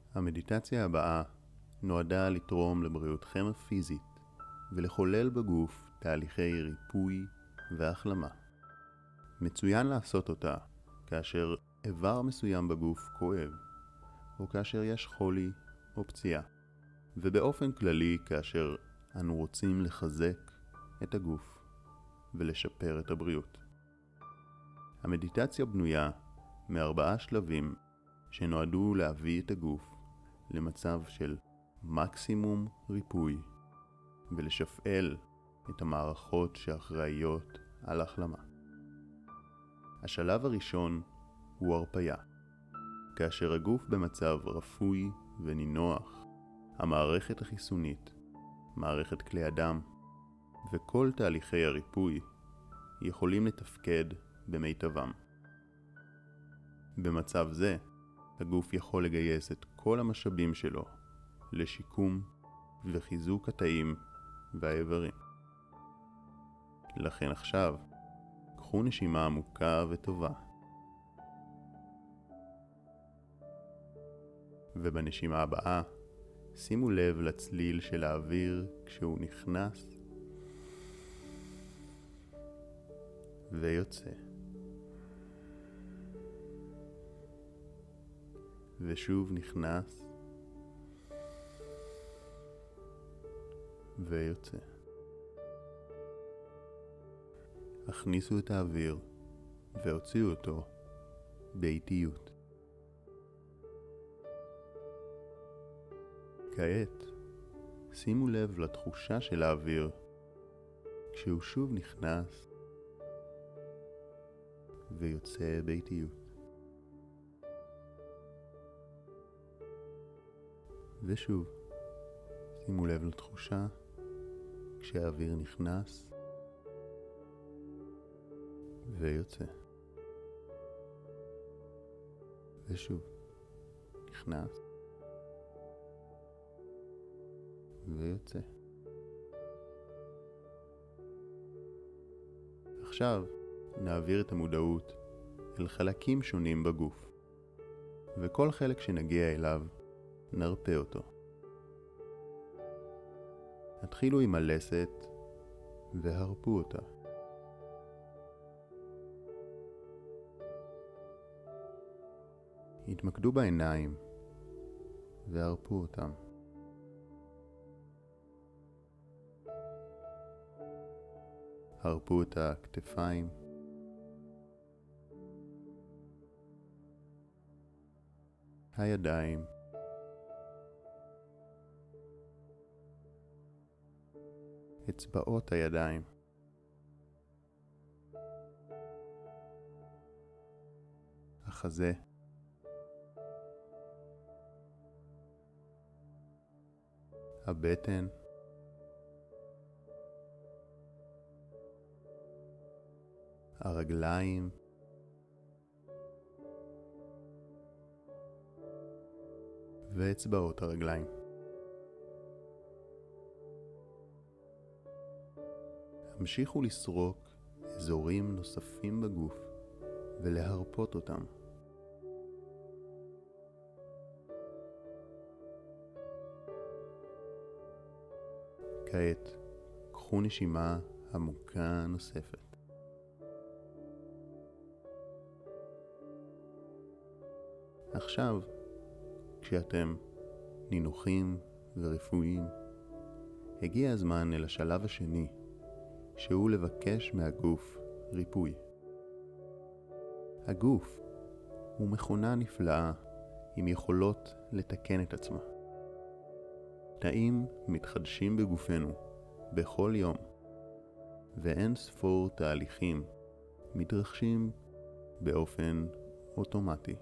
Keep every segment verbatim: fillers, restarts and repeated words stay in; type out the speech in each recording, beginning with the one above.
המדיטציה הבאה נועדה לתרום לבריאותכם הפיזית ולחולל בגוף תהליכי ריפוי והחלמה. מצוין לעשות אותה כאשר איבר מסוים בגוף כואב, או כאשר יש חולי או פציעה, ובאופן כללי כאשר אנו רוצים לחזק את הגוף ולשפר את הבריאות. המדיטציה בנויה מארבעה שלבים שנועדו להביא את הגוף למצב של מקסימום ריפוי ולשפעל את המערכות שאחראיות על החלמה. השלב הראשון הוא הרפיה. כאשר הגוף במצב רפוי ונינוח, המערכת החיסונית, מערכת כלי הדם וכל תהליכי הריפוי יכולים לתפקד במיטבם. במצב זה, הגוף יכול לגייס את כל המשאבים שלו לשיקום וחיזוק התאים והאיברים. לכן עכשיו, קחו נשימה עמוקה וטובה. ובנשימה הבאה, שימו לב לצליל של האוויר כשהוא נכנס ויוצא. ושוב נכנס ויוצא. הכניסו את האוויר והוציאו אותו באיטיות. כעת שימו לב לתחושה של האוויר כשהוא שוב נכנס ויוצא באיטיות. ושוב, שימו לב לתחושה כשהאוויר נכנס ויוצא. ושוב, נכנס ויוצא. עכשיו נעביר את המודעות אל חלקים שונים בגוף, וכל חלק שנגיע אליו נרפא אותו. התחילו עם הלסת והרפו אותה. התמקדו בעיניים והרפו אותם. הרפו את הכתפיים, הידיים, אצבעות הידיים, החזה, הבטן, הרגליים, ואצבעות הרגליים. המשיכו לסרוק אזורים נוספים בגוף ולהרפות אותם. כעת, קחו נשימה עמוקה נוספת. עכשיו, כשאתם נינוחים ורפואיים, הגיע הזמן אל השלב השני, שהוא לבקש מהגוף ריפוי. הגוף הוא מכונה נפלאה עם יכולות לתקן את עצמה. תאים מתחדשים בגופנו בכל יום, ואין ספור תהליכים מתרחשים באופן אוטומטי.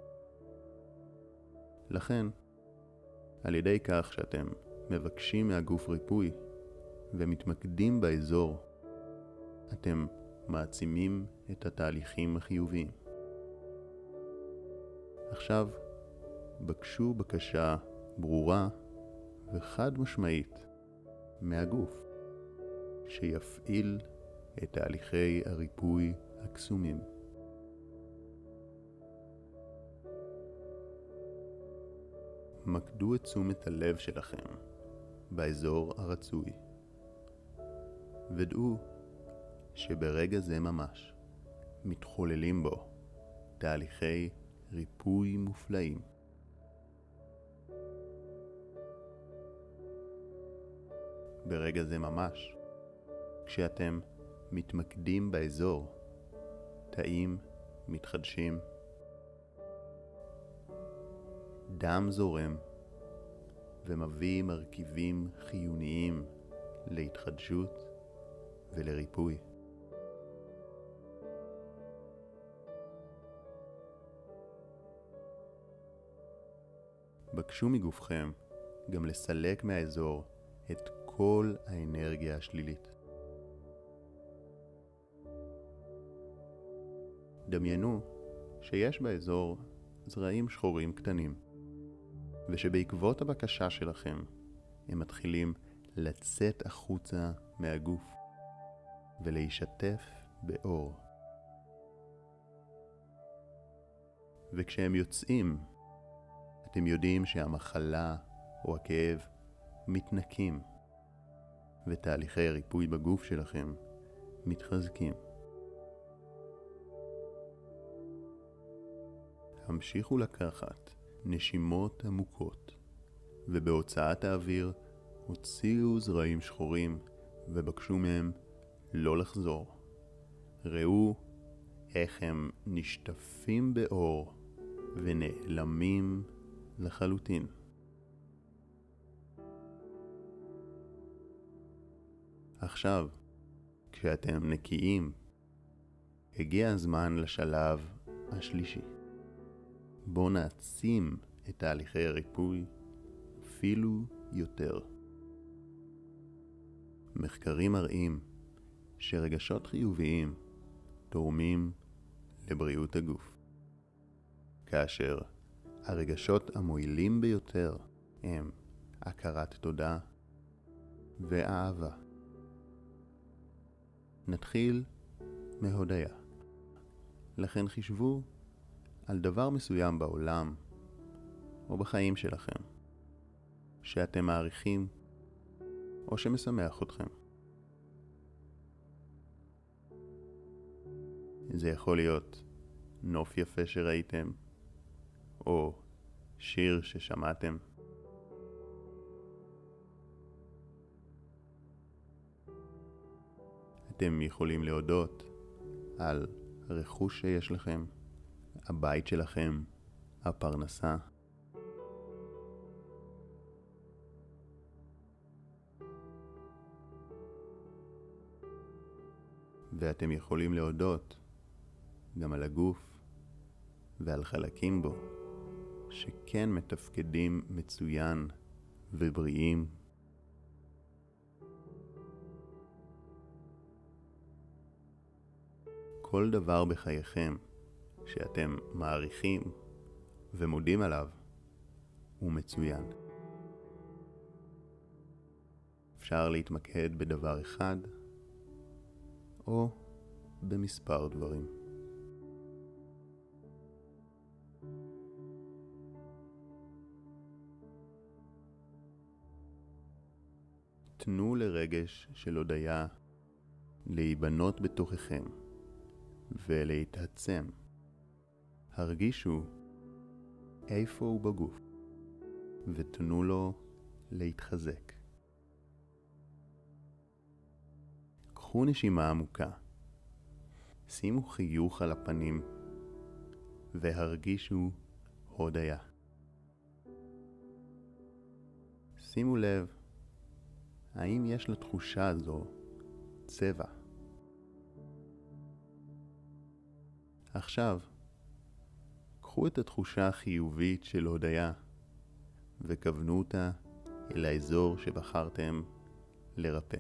לכן, על ידי כך שאתם מבקשים מהגוף ריפוי ומתמקדים באזור, אתם מעצימים את התהליכים החיוביים. עכשיו, בקשו בקשה ברורה וחד משמעית מהגוף שיפעיל את תהליכי הריפוי הקסומים. מקדו את תשומת הלב שלכם באזור הרצוי. ודעו שברגע זה ממש מתחוללים בו תהליכי ריפוי מופלאים. ברגע זה ממש, כשאתם מתמקדים באזור, תאים מתחדשים, דם זורם ומביא מרכיבים חיוניים להתחדשות ולריפוי. בקשו מגופכם גם לסלק מהאזור את כל האנרגיה השלילית. דמיינו שיש באזור זרעים שחורים קטנים, ושבעקבות הבקשה שלכם הם מתחילים לצאת החוצה מהגוף ולהישטף באור. וכשהם יוצאים, אתם יודעים שהמחלה או הכאב מתנקים, ותהליכי הריפוי בגוף שלכם מתחזקים. המשיכו לקחת נשימות עמוקות, ובהוצאת האוויר הוציאו זרעים שחורים ובקשו מהם לא לחזור. ראו איך הם נשטפים באור ונעלמים לחלוטין. עכשיו, כשאתם נקיים, הגיע הזמן לשלב השלישי. בואו נעצים את תהליכי הריפוי אפילו יותר. מחקרים מראים שרגשות חיוביים תורמים לבריאות הגוף, כאשר הרגשות המועילים ביותר הם הכרת תודה ואהבה. נתחיל מהודיה. לכן חישבו על דבר מסוים בעולם או בחיים שלכם שאתם מעריכים או שמשמח אתכם. זה יכול להיות נוף יפה שראיתם, או שיר ששמעתם. אתם יכולים להודות על רכוש שיש לכם, הבית שלכם, הפרנסה. ואתם יכולים להודות גם על הגוף ועל חלקים בו שכן מתפקדים מצוין ובריאים. כל דבר בחייכם שאתם מעריכים ומודים עליו הוא מצוין. אפשר להתמקד בדבר אחד או במספר דברים. תנו לרגש של הודיה להיבנות בתוככם ולהתעצם. הרגישו איפה הוא בגוף ותנו לו להתחזק. קחו נשימה עמוקה, שימו חיוך על הפנים והרגישו הודיה. שימו לב, האם יש לתחושה הזו צבע? עכשיו, קחו את התחושה החיובית של הודיה וכוונו אותה אל האזור שבחרתם לרפא.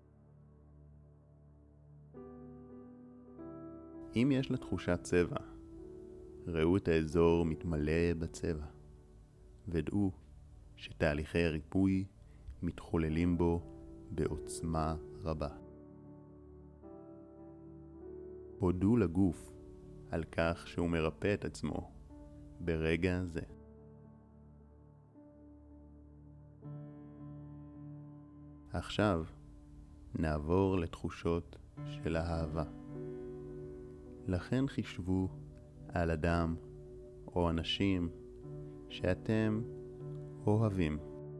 אם יש לתחושה צבע, ראו את האזור מתמלא בצבע, ודעו שתהליכי הריפוי מתחוללים בו בעוצמה רבה. הודו לגוף על כך שהוא מרפא את עצמו ברגע זה. עכשיו נעבור לתחושות של אהבה. לכן חישבו על אדם או אנשים שאתם אוהבים.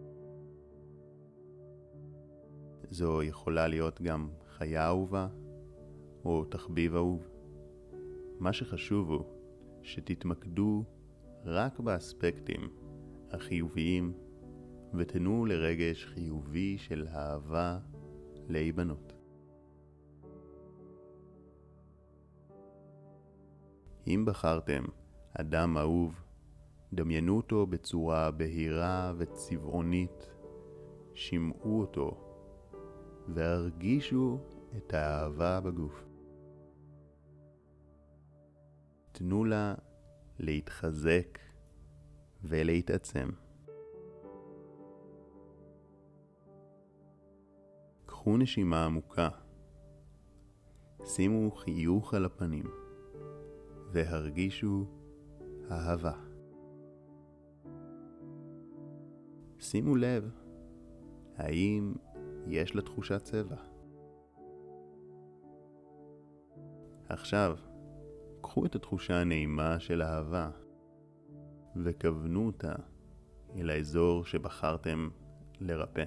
זו יכולה להיות גם חיה אהובה או תחביב אהוב. מה שחשוב הוא שתתמקדו רק באספקטים החיוביים ותנו לרגש חיובי של אהבה להיבנות. אם בחרתם אדם אהוב, דמיינו אותו בצורה בהירה וצבעונית, שמעו אותו והרגישו את האהבה בגוף. תנו לה להתחזק ולהתעצם. קחו נשימה עמוקה, שימו חיוך על הפנים והרגישו אהבה. שימו לב, האם יש לה תחושת צבע? עכשיו, קחו את התחושה הנעימה של אהבה וכוונו אותה אל האזור שבחרתם לרפא.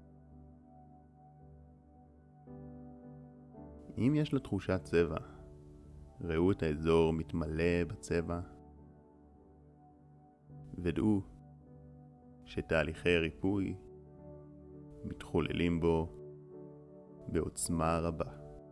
אם יש לה תחושת צבע, ראו את האזור מתמלא בצבע ודעו שתהליכי ריפוי מתחוללים בו בעוצמה רבה.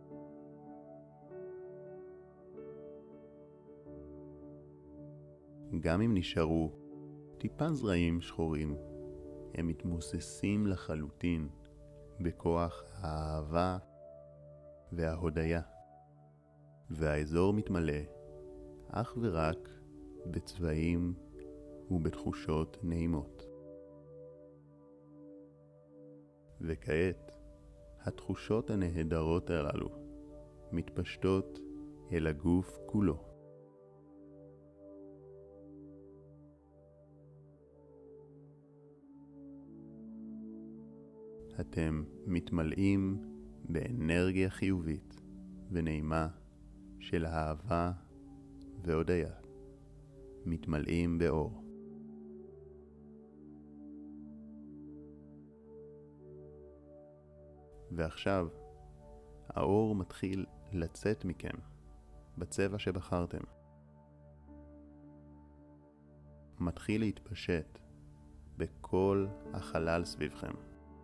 גם אם נשארו טיפה זרעים שחורים, הם מתמוססים לחלוטין בכוח האהבה וההודיה, והאזור מתמלא אך ורק בצבעים ובתחושות נעימות. וכעת, התחושות הנהדרות הללו מתפשטות אל הגוף כולו. אתם מתמלאים באנרגיה חיובית ונעימה של אהבה והודיה, מתמלאים באור. ועכשיו האור מתחיל לצאת מכם בצבע שבחרתם. מתחיל להתפשט בכל החלל סביבכם.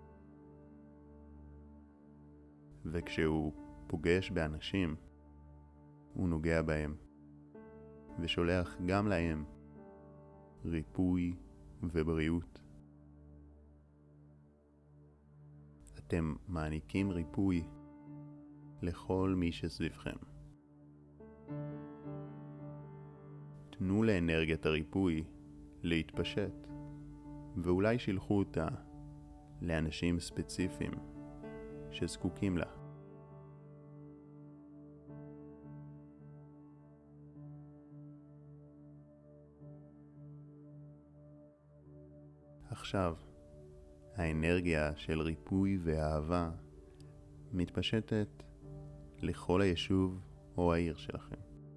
וכשהוא פוגש באנשים, הוא נוגע בהם, ושולח גם להם ריפוי ובריאות. אתם מעניקים ריפוי לכל מי שסביבכם. תנו לאנרגיית הריפוי להתפשט, ואולי שילחו אותה לאנשים ספציפיים שזקוקים לה. עכשיו, האנרגיה של ריפוי ואהבה מתפשטת לכל היישוב או העיר שלכם.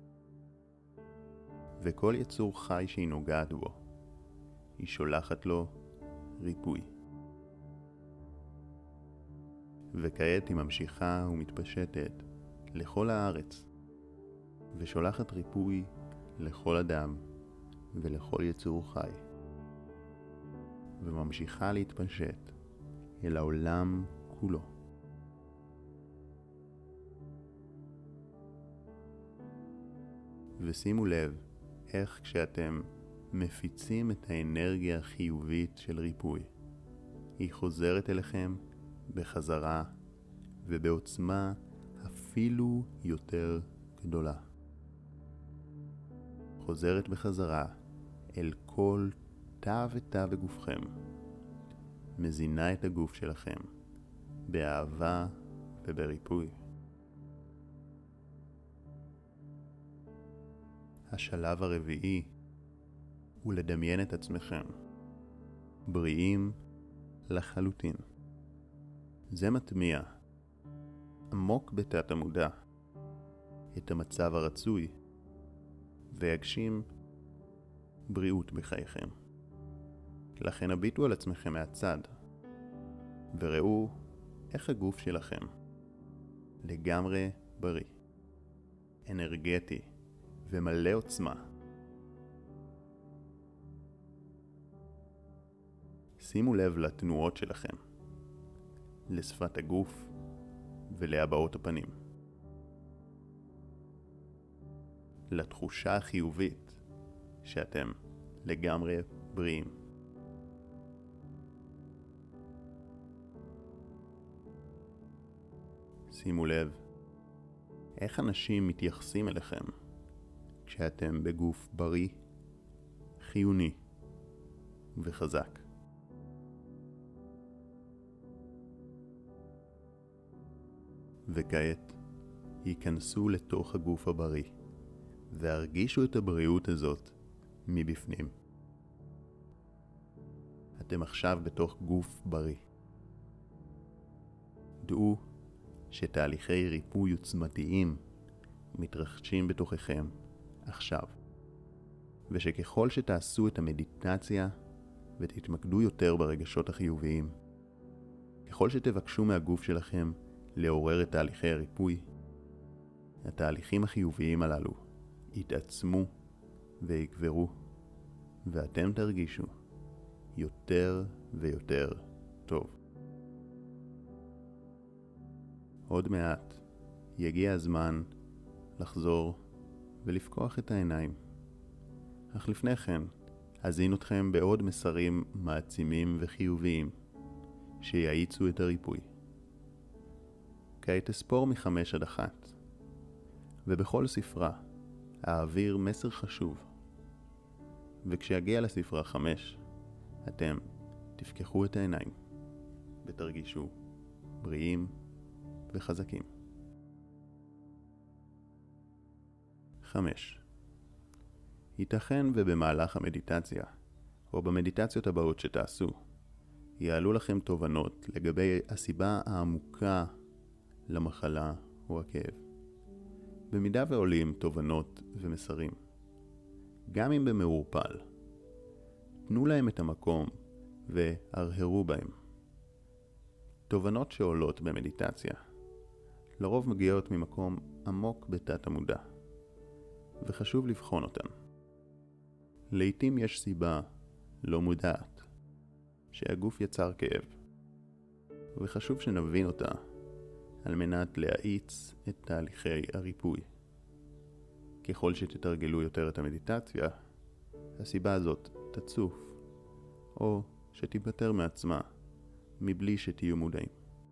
וכל יצור חי שהיא נוגעת בו, היא שולחת לו ריפוי. וכעת היא ממשיכה ומתפשטת לכל הארץ, ושולחת ריפוי לכל אדם ולכל יצור חי. וממשיכה להתפשט אל העולם כולו. ושימו לב איך כשאתם מפיצים את האנרגיה החיובית של ריפוי, היא חוזרת אליכם בחזרה ובעוצמה אפילו יותר גדולה. חוזרת בחזרה אל כל תא ותא בגופכם, מזינה את הגוף שלכם באהבה ובריפוי. השלב הרביעי הוא לדמיין את עצמכם בריאים לחלוטין. זה מטמיע עמוק בתת המודע את המצב הרצוי ויגשים בריאות בחייכם. לכן הביטו על עצמכם מהצד וראו איך הגוף שלכם לגמרי בריא, אנרגטי ומלא עוצמה. שימו לב לתנועות שלכם, לשפת הגוף ולהבעות הפנים, לתחושה החיובית שאתם לגמרי בריאים. שימו לב איך אנשים מתייחסים אליכם כשאתם בגוף בריא, חיוני וחזק. וכעת ייכנסו לתוך הגוף הבריא והרגישו את הבריאות הזאת מבפנים. אתם עכשיו בתוך גוף בריא. דעו שתהליכי ריפוי עוצמתיים מתרחשים בתוככם עכשיו, ושככל שתעשו את המדיטציה ותתמקדו יותר ברגשות החיוביים, ככל שתבקשו מהגוף שלכם לעורר את תהליכי הריפוי, התהליכים החיוביים הללו יתעצמו ויגברו, ואתם תרגישו יותר ויותר טוב. עוד מעט יגיע הזמן לחזור ולפקוח את העיניים. אך לפני כן, אזין אתכם בעוד מסרים מעצימים וחיוביים שיעיצו את הריפוי. כעת אספור מחמש עד אחת, ובכל ספרה אעביר מסר חשוב. וכשאגיע לספרה חמש, אתם תפקחו את העיניים ותרגישו בריאים וחזקים. חמש. ייתכן ובמהלך המדיטציה, או במדיטציות הבאות שתעשו, יעלו לכם תובנות לגבי הסיבה העמוקה למחלה או הכאב. במידה ועולים תובנות ומסרים, גם אם במעורפל, תנו להם את המקום והרהרו בהם. תובנות שעולות במדיטציה לרוב מגיעות ממקום עמוק בתת המודע, וחשוב לבחון אותן. לעתים יש סיבה לא מודעת שהגוף יצר כאב, וחשוב שנבין אותה על מנת להאיץ את תהליכי הריפוי. ככל שתתרגלו יותר את המדיטציה, הסיבה הזאת תצוף, או שתיפטר מעצמה מבלי שתהיו מודעים.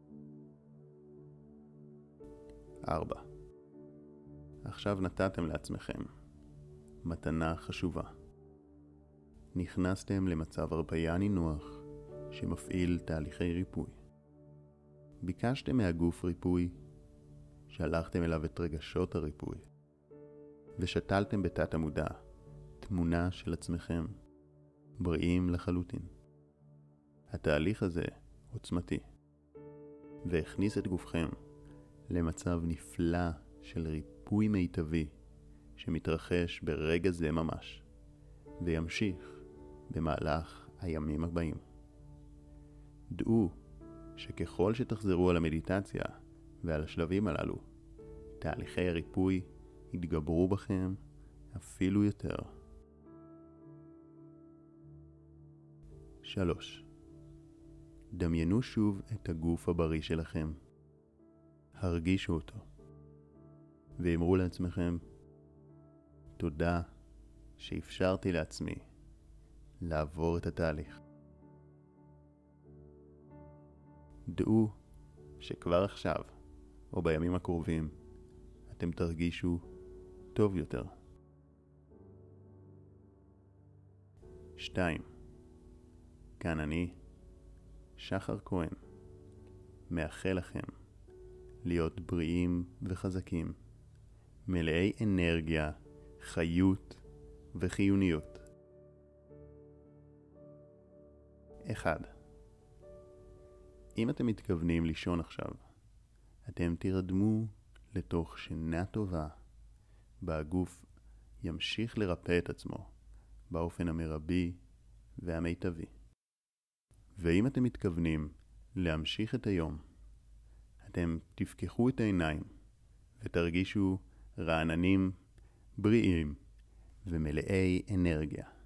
ארבע. עכשיו נתתם לעצמכם מתנה חשובה. נכנסתם למצב הרפאיאני נוח שמפעיל תהליכי ריפוי. ביקשתם מהגוף ריפוי, שלחתם אליו את רגשות הריפוי, ושתלתם בתת המודע תמונה של עצמכם, בריאים לחלוטין. התהליך הזה עוצמתי, והכניס את גופכם למצב נפלא של ריפוי מיטבי שמתרחש ברגע זה ממש, וימשיך במהלך הימים הבאים. דעו שככל שתחזרו על המדיטציה ועל השלבים הללו, תהליכי הריפוי יתגברו בכם אפילו יותר. שלוש. דמיינו שוב את הגוף הבריא שלכם. הרגישו אותו. ואמרו לעצמכם, תודה שאפשרתי לעצמי לעבור את התהליך. דעו שכבר עכשיו, או בימים הקרובים, אתם תרגישו טוב יותר. שתיים. כאן אני, שחר כהן, מאחל לכם להיות בריאים וחזקים, מלאי אנרגיה, חיות וחיוניות. אחד. אם אתם מתכוונים לישון עכשיו, אתם תירדמו לתוך שינה טובה, בה הגוף ימשיך לרפא את עצמו באופן המרבי והמיטבי. ואם אתם מתכוונים להמשיך את היום, אתם תפקחו את העיניים ותרגישו רעננים, בריאים ומלאי אנרגיה.